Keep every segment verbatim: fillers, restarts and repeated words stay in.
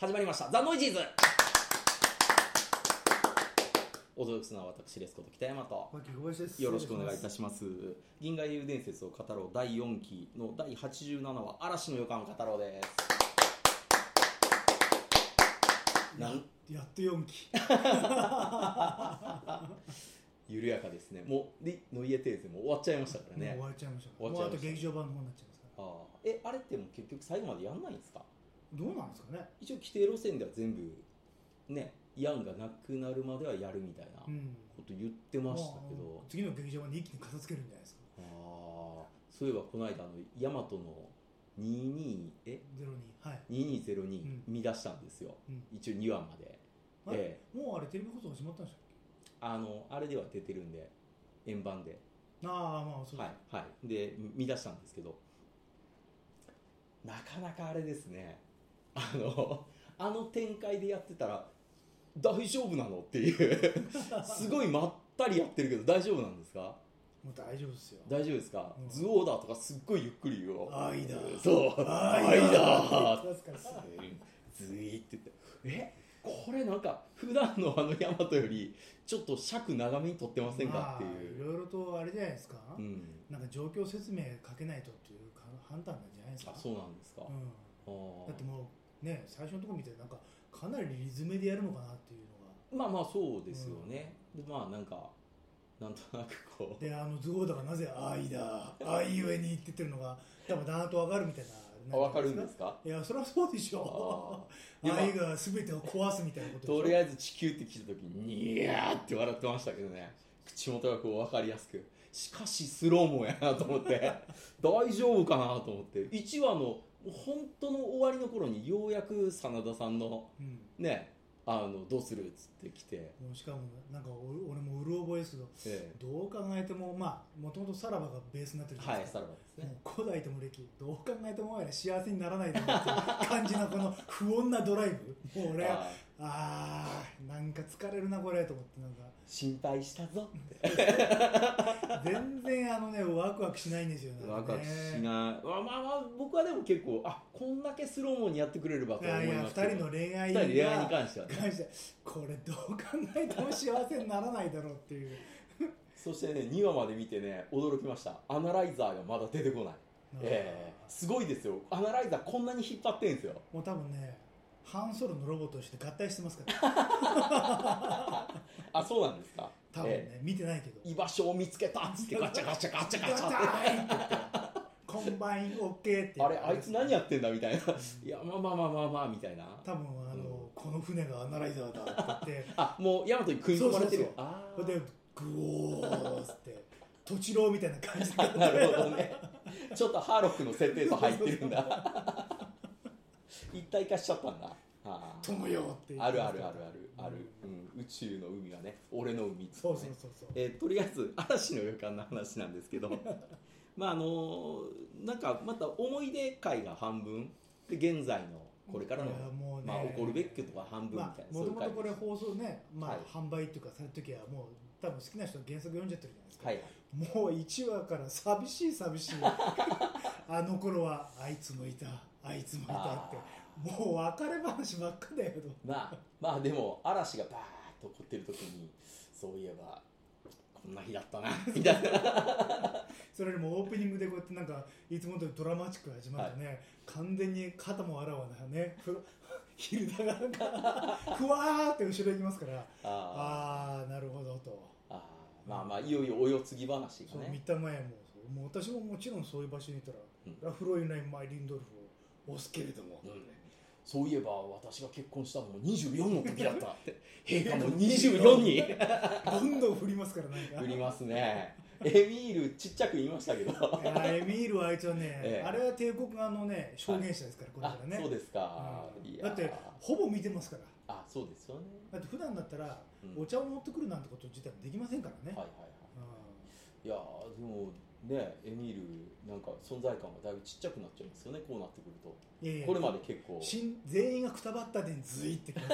始まりましたザ・ノイジーズ。お届けするのは私ですこと北山とよろしくお願いいたします。銀河英雄伝説を語ろうだいよんきのだいはちじゅうななわ嵐の予感を語ろうです。 や, やっとよんき緩やかですね。もうノイエテーゼも終わっちゃいましたからね。 もう終わっちゃいました。もうあと劇場版の方になっちゃいますから。 あえあれってもう結局最後までやんないんですか？ どうなんですかね。 一応規定路線では全部ねヤンがなくなるまではやるみたいなこと言ってましたけど、うんまあ、 次の劇場版で一気に片付けるんじゃないですか。 あそういえばこの間あのヤマトのにじゅうにえゼロに、はい、 にせんにひゃくに見出したんですよ、うん、一応にわまで。 あれ、ええ、もうあれテレビ放送始まったんでしたっけ？ あのあれでは出てるんで円盤で、 ああまあそうです、 はいはい、で見出したんですけど、なかなかあれですね、あのあの展開でやってたら大丈夫なのっていうすごいまったりやってるけど大丈夫なんですか？ もう大丈夫ですよ。 大丈夫ですか、うん、ズオーダーとかすっごいゆっくり言うよ。 あいだそうあいだずいって言ってえこれなんか普段のあのヤマトよりちょっと尺長めに撮ってませんかっていう、 まあ、いろいろとあれじゃないですか、 うん、 なんか状況説明かけないとっていう判断なんじゃないですか。 あそうなんですか、うん、 だってもうね最初のところ見てなんかかなりリズムでやるのかなっていうのがまあまあそうですよね、うん、でまあなんかなんとなくこうであのズオーダがなぜ愛だ愛ゆえにって言ってるのが多分だーんと分かるみたいな。 分かるんですか？ いやそりゃそうでしょう。愛が全てを壊すみたいなことでしょ。 とりあえず地球って聞いた時にニヤーって笑ってましたけどね、口元がこう分かりやすく。しかしスローモンやなと思って大丈夫かなと思っていちわの本当の終わりの頃にようやく真田さんの、うん、ねあのどうするっつって来て、 もうしかもなんか俺もうる覚えですけど、ええ、どう考えてもまあもともとさらばがベースになってるじゃないですか。 はい、さらばですね。 もう古代とも歴どう考えてもお前ら幸せにならないだろうっていう感じのこの不穏なドライブもう俺はあーなんか疲れるなこれと思って、なんか心配したぞって全然あのねワクワクしないんですよね。 ワクワクしない。まあまあまあ僕はでも結構あこんだけスローモンにやってくれればと思いますけど、 いやいやふたりの恋愛ふたり恋愛に関しては、ね、 関してこれどう考えても幸せにならないだろうっていうそしてねにわまで見てね驚きました。アナライザーがまだ出てこない。えー、すごいですよ。アナライザーこんなに引っ張ってんですよ。 もう多分ねハンソロのロボットとして合体してますからあそうなんですか。 多分ね、 えー、見てないけど居場所を見つけたっつってガチャガチャガチャガチャってコンバイン OK ってあれあいつ何やってんだみたいな、うん、いやまあまあまあまあまあみたいな。 多分あの、うん、この船がアナライザーだって言ってあもうヤマトに組み込まれてる。 そうそうそうあでグオーっつって土地郎みたいな感じでなるほどねちょっとハーロックの設定と入ってるんだ一体化しちゃったんだ。 友よってあるあるあるあるある、うん、宇宙の海がね俺の海って、ね、 そうそうそうそう、 えー、とりあえず嵐の予感の話なんですけどまああのなんかまた思い出回が半分で現在のこれからの、ねまあ、起こるべきことが半分みたいな、 もともとこれ放送ね、まあはい、 販売っていうかされる時はもう多分好きな人は原作読んじゃってるじゃないですか、 はいはい、もういちわから寂しい寂しいあの頃はあいつもいたあいつもいたってもう別れ話ばっかだよまあまあでも嵐がバーッと起こってる時にそういえばこんな日だったなみたいなそれよりもオープニングでこうやってなんかいつもとドラマチックが始まるとね、はい、完全に肩もあらわなねヒルダがなんかふわーって後ろ行きますからああなるほどとあまあまあいよいよお世継ぎ話がねそう見た前ももう私ももちろんそういう場所にいたら、うん、ラフロイナイン・マイ・リンドルフを押すけれども、うんそういえば私が結婚したのもにじゅうよんの時だったって陛下もにじゅうよんにどんどん振りますからなんか振りますね。エミールちっちゃく言いましたけどいやエミールはあいつはね、ええ、あれは帝国側のね証言者ですから、はい、これからねそうですか、 うん、いやだってほぼ見てますから。 あそうですよね。 だって普段だったら、うん、お茶を持ってくるなんてこと自体もできませんからね。 はいはいはい、うん、いやでもねエミールなんか存在感がだいぶちっちゃくなっちゃいますよねこうなってくると。いやいやこれまで結構全員がくたばったでズイってきます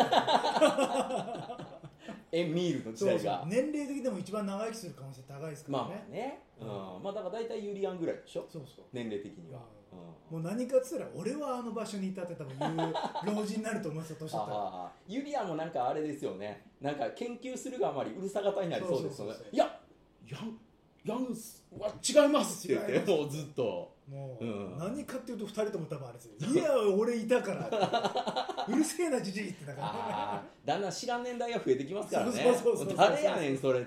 エミールの時代がそうそう年齢的でも一番長生きする可能性高いですからね。 まあね、うん、まあだから大体ユリアンぐらいでしょ。 そうそう年齢的には、うんもう何かっつったら俺はあの場所にいたって多分言う老人になると思ってた年だったらユリアもなんかあれですよね、なんか研究するがあまりうるさ型になりそうですよね。いやヤンヤンスは違いますって言ってもうずっともう、 うん、 何かっていうとふたりとも多分あれですよいや俺いたからうるせえなじじいってだからあだんだん知らん年代が増えてきますからね。 そうそうそうそう誰やねんそれって、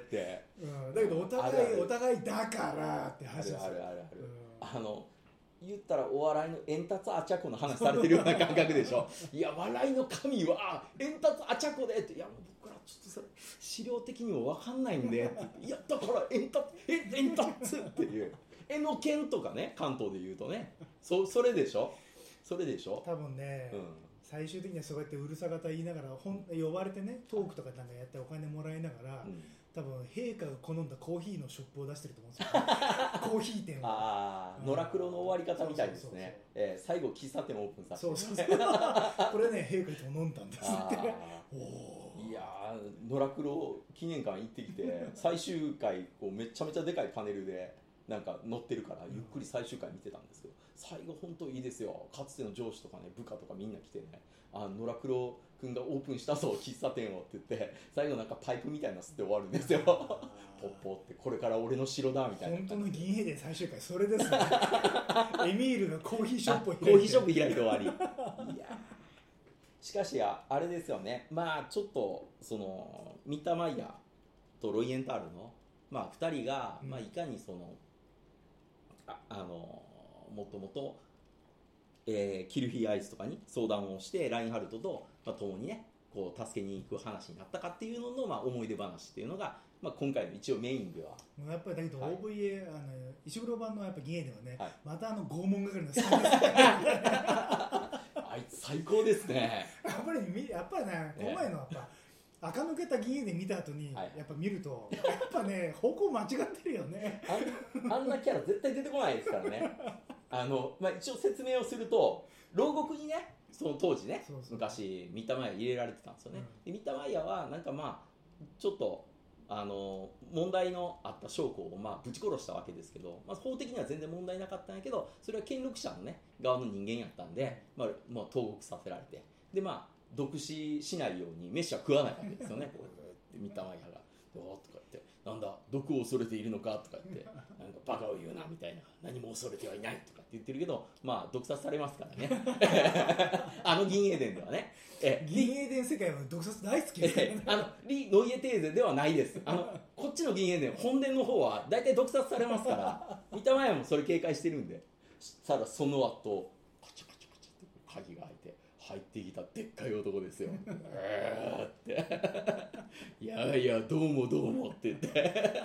うん、だけどお互いあるあるお互いだからって話ですよ。 あるあるあるある、 うん、 あの言ったらお笑いのエンタツアチャコの話されてるような感覚でしょいや笑いの神はエンタツアチャコでって、いやもう僕らちょっとそれ資料的にも分かんないんでって言って、いやだからエンタえエンタツっていうえのけんとかね、関東で言うとね、そそれでしょそれでしょ多分ね、うん、最終的にはそうやってうるさ型言いながら本呼ばれてねトークとかなんかやってお金もらいながら、うん、多分陛下が好んだコーヒーのショップを出してると思うんですよ、ね、コーヒー店をああ野良黒の終わり方みたいですね。えー、最後喫茶店をオープンさせて、 そうそうそうこれね陛下いつも飲んだんですっておいやー野良黒記念館行ってきて最終回こうめちゃめちゃでかいパネルでなんか乗ってるからゆっくり最終回見てたんですけど、最後本当いいですよ。かつての上司とかね部下とかみんな来てね、あ野良黒くんがオープンしたぞ喫茶店をって言って最後なんかパイプみたいなの吸って終わるんですよポッポってこれから俺の城だみたいな。 本当の銀兵伝最終回それですねエミールがコーヒーショップを開いてコーヒーショップ開いて終わりいやしかしあれですよね、まあちょっとそのミッターマイヤーとロイエンタールの、まあ、ふたりが、うんまあ、いかにそのああのもともと、えー、キルヒーアイスとかに相談をしてラインハルトと、まあ、共にねこう助けに行く話になったかっていうのの、まあ、思い出話っていうのが、まあ、今回の一応メインではやっぱりだけど オーブイエー、はい、あの石黒版のやっぱ銀英ではね、はい、またあの拷問係のサービスあいつ最高ですねやっぱりやっぱりねこの前のやっぱ垢抜けた銀英で見た後に、はい、やっぱ見るとやっぱね方向間違ってるよねあん、あんなキャラ絶対出てこないですからねあの、まあ、一応説明をすると牢獄にねその当時ねそうそう昔ミッターマイヤー入れられてたんですよね、うん、でミッターマイヤーはなんかまあちょっとあの問題のあった将校をまあぶち殺したわけですけど、まあ、法的には全然問題なかったんやけどそれは権力者のね側の人間やったんで、まあまあ、投獄させられてでまあ毒死しないように飯は食わないわけですよねこうやってミッターマイヤーが「おー」とか言って「なんだ毒を恐れているのか」とか言って「なんかバカを言うな」みたいな「何も恐れてはいない」とかって言ってるけどまあ毒殺されますからねあの銀英伝ではねえ銀英伝世界は毒殺大好きですねあのリ・ノイエテーゼではないです。あのこっちの銀英伝本殿の方は大体毒殺されますからミッターマイヤーもそれ警戒してるんでただその後カチャカチャカチャって鍵が開いて入ってきたでっかい男ですよえーっていやいやどうもどうもって言って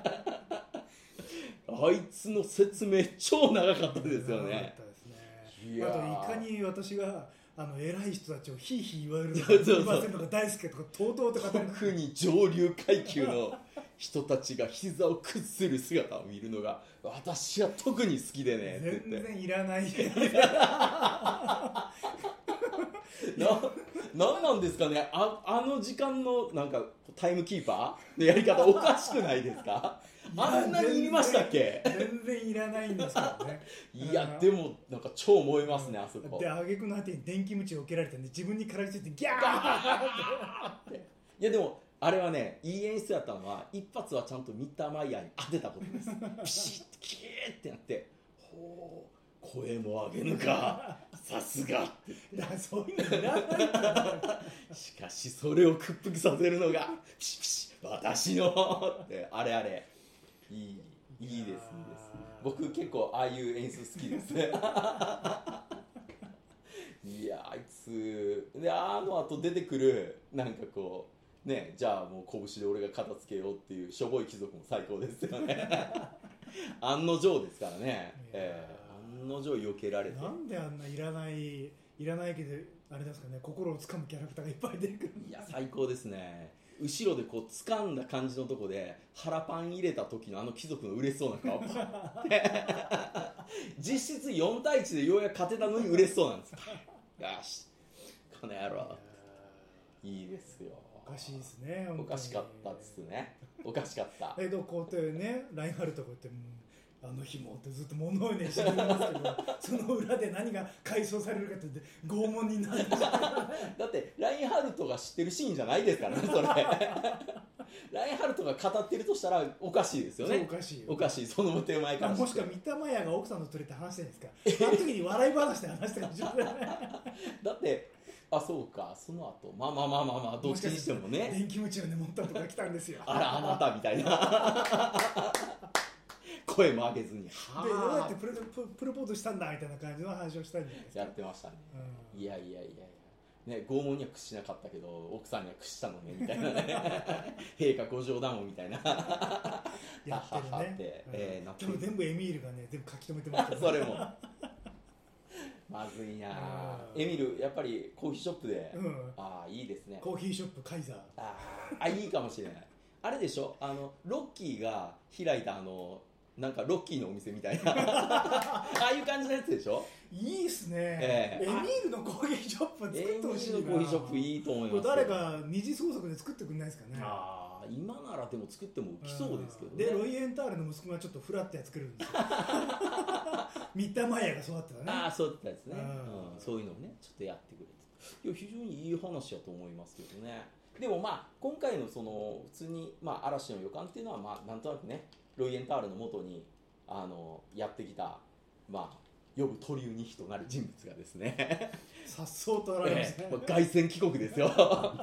あいつの説明超長かったですよね。 長かったですね。いやあといかに私があの偉い人たちをひいひい言われるのか言いませんのが大好きとかとうとうと語る特に上流階級の人たちが膝を屈する姿を見るのが私は特に好きでねって全然いらないな, なんなんですかね あ, あの時間のなんかタイムキーパーのやり方おかしくないですかあんなにいりましたっけ全然いらないんですけどねいやでもなんか超燃えますね、うん、あそこで挙句の果てに電気鞭を受けられて、ね、自分に絡みついてギャーっていやでもあれはねいい演出だったのは一発はちゃんとミッターマイヤーに当てたことですピシッてキーってなってほう声も上げぬかさすがってだからそういうのいらないからしかしそれを屈服させるのがピシピシ私のってあれあれいいいいですいいです僕結構ああいう演出好きですねいやあいつであの後出てくるなんかこうねじゃあもう拳で俺が片付けようっていうしょぼい貴族も最高ですよね案の定ですからね、えー、案の定避けられてなんであんないらないいらないけどあれですかね心をつかむキャラクターがいっぱい出てくるいや最高ですね後ろでこう掴んだ感じのとこで腹パン入れた時のあの貴族の嬉しそうな顔実質よんたいいちでようやく勝てたのに嬉しそうなんですよしこの野郎いいですよおかしいですねおかしかったですねおかしかったえどこうやってねラインハルトこうやってあの日もってずっと物をねしてるんですけどその裏で何が回想されるかって言って拷問になるんですよだってラインハルトが知ってるシーンじゃないですからねそれラインハルトが語ってるとしたらおかしいですよね。 おかしいよおかしい、その手前からもしくは三田真也が奥さんと連れて話してるんですかあの時に笑い話で話してるかもしれないだってあそうかその後まあまあまあまあまあどっちにしてもね電気夢中で持ったとか来たんですよあらあなたみたいな声も上げずにはでどうやってプロププロポーズしたんだみたいな感じの話をしたんじゃないですか。 やってましたね、 うん、 いやいやいやいやね、拷問には屈しなかったけど奥さんには屈したのねみたいなね陛下ご冗談もみたいなやってるねってえー、なってでも全部エミールがね全部書き留めてますけど、ね、 それもまずいな、エミルやっぱりコーヒーショップで、うん、ああいいですねコーヒーショップカイザーああいいかもしれないあれでしょあのロッキーが開いたあのなんかロッキーのお店みたいなああいう感じのやつでしょ。 いいっすね、 えー、 エミールのコーヒーショップ作ってほしいな。 エミールのコーヒーショップいいと思います。 誰か二次創作で作ってくれないですかね。 ああ今ならでも作っても浮きそうですけどね。 でロイエンタールの息子がちょっとフラってやつ作るんですよ三田真也が育ってたね。 ああそうだったですね、うん、そういうのをねちょっとやってくれていや非常にいい話だと思いますけどね。でもまあ今回のその普通に、まあ、嵐の予感っていうのはまあなんとなくねロイエンタールの元にあのやってきたまあ呼ぶ鳥羽に人なる人物がですねさっそうと現れますね、 えー、凱旋帰国ですよ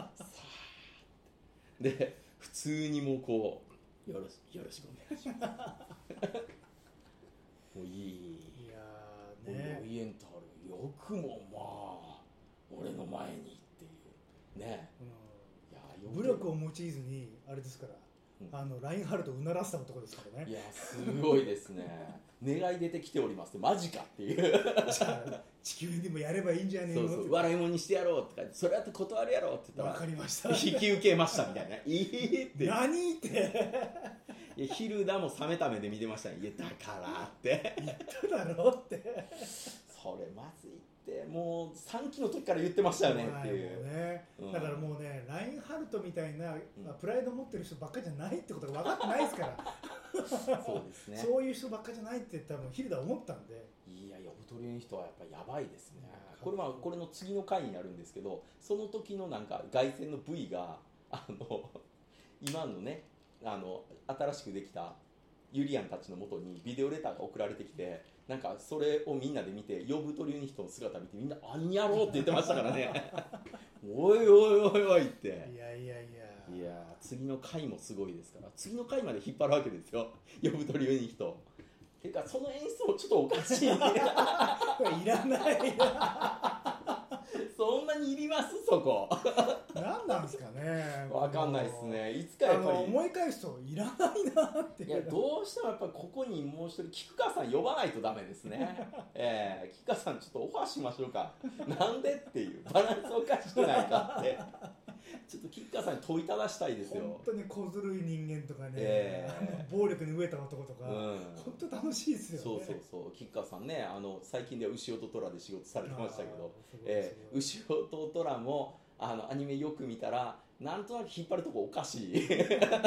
で普通にもうこうよろしよろしくお願いしますもういいいやーねロイエンタールよくもまあ俺の前にっていうね、うん、 いや武力を用いずにあれですからあのラインハルトをうならせた男ですからね。 いやすごいですね願い出てきておりますマジかっていうじゃあ地球にもやればいいんじゃねえの。 そうそう笑い物にしてやろうってかそれやって断るやろって言ったら分かりました引き受けましたみたいないいって何っていやヒルダも冷めた目で見てましたね。いやだからって言っただろってそれまずいってもうさんきの時から言ってましたよねっていう、 ねうん、だからもうねラインハルトみたいな、うん、プライド持ってる人ばっかりじゃないってことが分かってないですからそうですねそういう人ばっかりじゃないって多分ヒルダは思ったんでいやいやおとりの人はやっぱりやばいですね。これはこれの次の回になるんですけどその時のなんか凱旋の ブイ があの今のねあの新しくできたユリアンたちの元にビデオレターが送られてきてなんかそれをみんなで見て呼ぶ鳥の人の姿見てみんなあんやろうって言ってましたからねおいおいおいおいっていやいやいやいや次の回もすごいですから次の回まで引っ張るわけですよ呼ぶ鳥の人てかその演出もちょっとおかしいいらないそんなにいりますそこ何なんですかねわかんないですね。いつかやっぱり思い返すといらないなっていやどうしてもやっぱりここにもう一人菊川さん呼ばないとダメですねえー、菊川さんちょっとオファーしましょうかなんでっていうバランスおかしくないかってちょっと菊川さんに問いただしたいですよ。 本当に小ずるい人間とかね、 えー、 暴力に飢えた男とか、うん、本当楽しいですよね。 そうそうそう菊川さんねあの最近では牛尾と虎で仕事されてましたけど、えー、牛尾と虎もあのアニメよく見たらなんとなく引っ張るとこおかしいい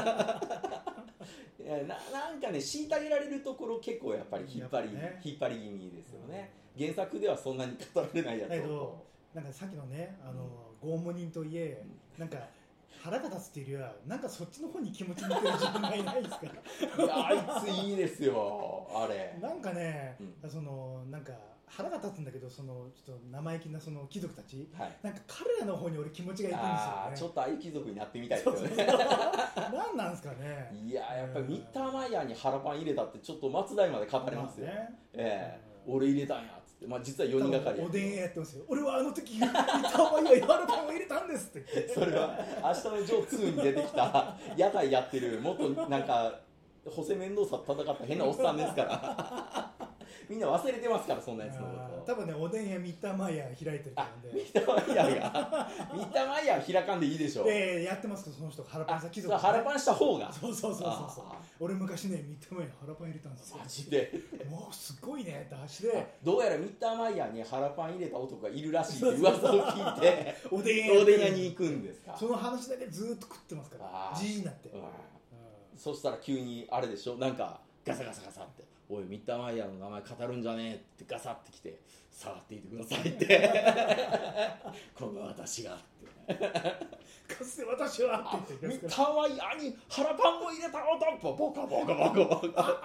や な, なんかね虐げられるところ結構やっぱり引っ張り、ね、引っ張り気味ですよね、うん、原作ではそんなに語られないやつをだけどなんかさっきのねあの、うん、拷問人といえ、うん、なんか腹が立つっていうよりはなんかそっちの方に気持ち向ける自分がいないですかいやあいついいですよあれなんかね、うん、そのなんか腹が立つんだけどそのちょっと生意気なその貴族たち、はい、なんか彼らの方に俺気持ちがいくんですよね。 あちょっとああいう貴族になってみたいですよね何なんですかね。 いややっぱりミッターマイヤーに腹パン入れたってちょっと松代まで語れますよ、まあねえー、俺入れたんやっつって、まあ、実はよにんがかりおでん屋やってますよ。俺はあの時ミッターマイヤーに腹パンを入れたんですってそれは明日のジョーツーに出てきた屋台やってる元なんかホセ・メンドーサと戦った変なおっさんですからみんな忘れてますからそんなやつのこと多分ねおでん屋ミッターマイヤー開いてると思うんでミッターマイヤーがミッターマイヤー開かんでいいでしょ。 えー、やってますけどその人腹パンした貴族、 ね、腹パンした方がそうそうそうそうそう俺昔ねミッターマイヤー腹パン入れたんですよマジでもうすごいねって話でどうやらミッターマイヤーに腹パン入れた男がいるらしいって噂を聞いておでん屋おでん屋に行くんですか。 その話だけずっと食ってますからじじいになって、うん、 そしたら急にあれでしょなんかガサガサガサっておいミッターマイヤーの名前語るんじゃねえってガサってきて、触っていてくださいってこの私がってかつて私はって言ってミッターマイヤーに腹パンを入れた男ボカボカボカボカ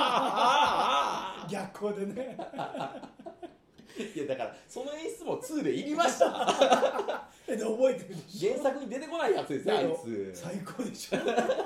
逆光でねいやだからその演出もツーでいりましたえで覚えてるでしょ。 原作に出てこないやつですよあいつ。 最高でしょ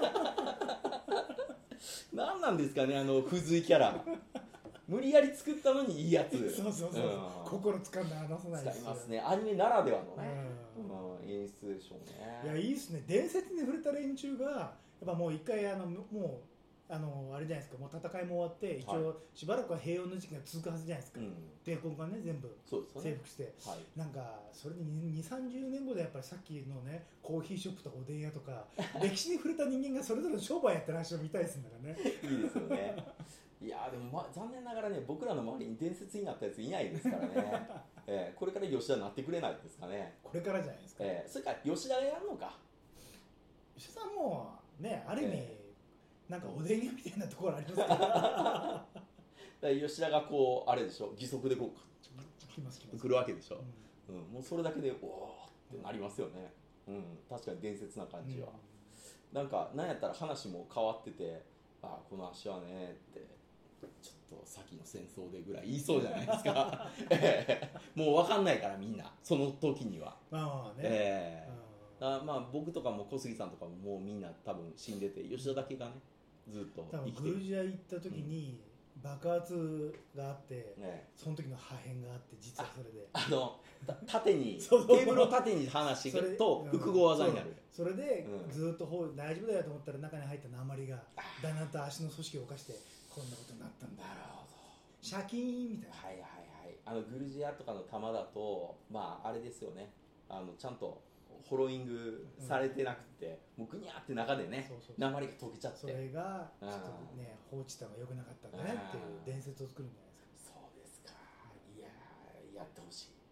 何なんですかねあの付随キャラ無理やり作ったのにいいやつそうそうそう、うん、心つかんで離さないです使いますねアニメならではのね、 うんうん、演出でしょうね。 いやいいですね。伝説に触れた連中がやっぱもう一回あのもうあのあれじゃないですか、もう戦いも終わって一応しばらくは平穏の時期が続くはずじゃないですか、うん、帝国がね全部征服して、はい、なんかそれでにじゅうさんじゅうねんごでやっぱりさっきのねコーヒーショップとかおでん屋とか歴史に触れた人間がそれぞれの商売やってる話を見たいですんだからねいいですよね。いやでも、ま、残念ながらね僕らの周りに伝説になったやついないですからね、えー、これから吉田になってくれないですかね。 これからじゃないですか、 えー、それから吉田がやるのか。 吉田さんもねある意味、えーなんかおでん屋みたいなところありますからだ吉田がこうあれでしょ義足でこう来ます来ます来るわけでしょ、うんうん、もうそれだけでおおってなりますよね、うん、確かに伝説な感じは、うん、なんかなんやったら話も変わっててあこの足はねってちょっと先の戦争でぐらい言いそうじゃないですかもう分かんないからみんなその時にはまあね、 えー、あまあ僕とかも小杉さんとかももうみんな多分死んでて吉田だけがねずっと生きてる。 グルジア行った時に爆発があって、うんね、その時の破片があって実はそれであの縦にテーブルを縦に離していくと複合技になる。 それで、うん、ずっと大丈夫だよと思ったら中に入った鉛がだんだんと足の組織を犯してこんなことになったんだ。なるほど。シャキーンみたいな。 はいはいはい。あのグルジアとかの球だとまああれですよね。あのちゃんとホローイングされてなくて、うん、もうグニャーって中でね鉛が溶けちゃって、 それがちょっとね放置したのが良くなかったんだねっていう伝説を作るんじゃないですか。 そうですか。いややってほしい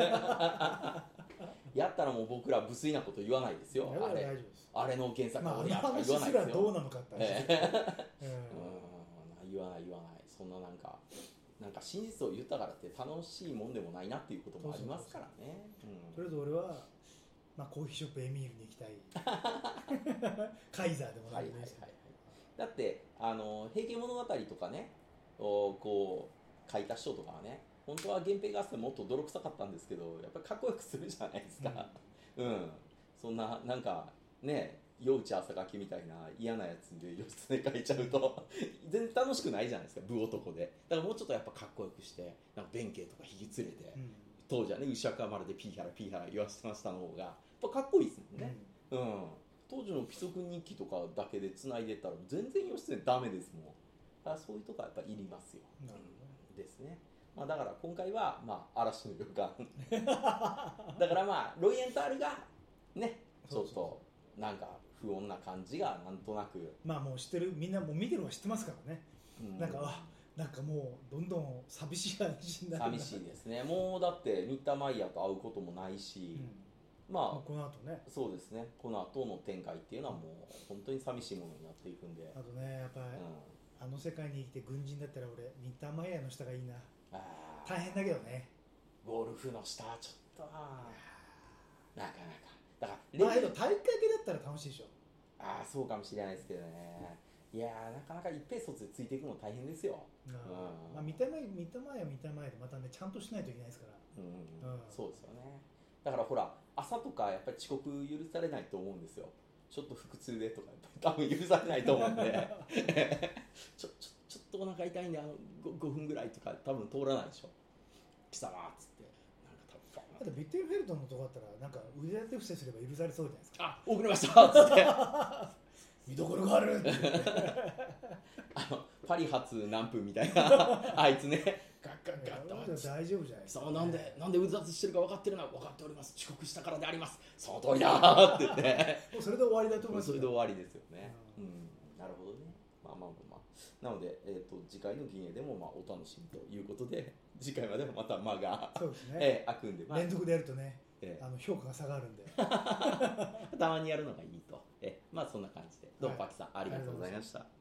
やったらもう僕ら無粋なこと言わないですよ。あれあれの原作をやとか言わないですよ。まあ、あの話すらどうなのかって話、 えー、うん言わない言わない。そんななんかなんか真実を言ったからって楽しいもんでもないなっていうこともありますからね。 とりあえず俺はまあ、コーヒーショップエミールに行きたいカイザーでもないんですけど、はいはいはいはい、 だってあの平家物語とかねおこう書いた人とかはね本当は源平合戦もっと泥臭かったんですけどやっぱりかっこよくするじゃないですか、うん、うん、そんななんかね夜打ち朝書きみたいな嫌なやつで義経書いちゃうと全然楽しくないじゃないですか武男で。だからもうちょっとやっぱかっこよくしてなんか弁慶とか引き連れて、うん、当時はね牛若丸でピーハラピーハラ言わせてましたの方がやっぱかっこいいですもんね、うんうん、当時の貴族日記とかだけで繋いでったら全然義経ダメですもん。だからそういうとこはやっぱいりますよ。なるほど、うん、ですね。まあ、だから今回は、まあ、嵐の予感だからまあロイエンタールがねちょっとなんか不穏な感じがなんとなくまあもう知ってるみんなもう見てるのは知ってますからね、うん、なんかあなんかもうどんどん寂しい話になる。 寂しいですね。もうだってミッターマイヤーと会うこともないし、うん、まあ、まあこの後ねそうですねこの後の展開っていうのはもう本当に寂しいものになっていくんで。 あとねやっぱり、うん、あの世界に生きて軍人だったら俺ミッターマイヤーの下がいいな。あ大変だけどねゴルフの下はちょっとなかなかだからまあけど体育会系だったら楽しいでしょ。 ああそうかもしれないですけどね。いやーなかなか一平卒でついていくの大変ですよ。 うんまあ、見た目見た前は見た前でまたねちゃんとしないといけないですから、 うんうん、そうですよね。だからほら朝とかやっぱり遅刻許されないと思うんですよ。ちょっと腹痛でとか多分許されないと思うんでちょちょちょっとお腹痛いんであの 5, ごふんぐらいとか多分通らないでしょ貴様っつってなんか多分だってビッテンフェルトのとこだったらなんか腕立て伏せすれば許されそうじゃないですか。 あ遅れましたっつって見どころがあるってあのパリ発何分みたいなあいつねガッガッガッと大丈夫じゃないですか、 ね、なんでなんでうざつしてるか分かってるな分かっております遅刻したからでありますその通りだって言ってもうそれで終わりだと思います。 それで終わりですよね、うん、うん、なるほどね。まあまあまあまあなので、えー、と次回の銀英でもまあお楽しみということで次回までもまた間がそうですね、 えー、開くんで、まあ、 連続でやるとね、えー、あの評価が下がるんでたまにやるのがいいと、えー、まあそんな感じでどうもパキさん、はい、ありがとうございました。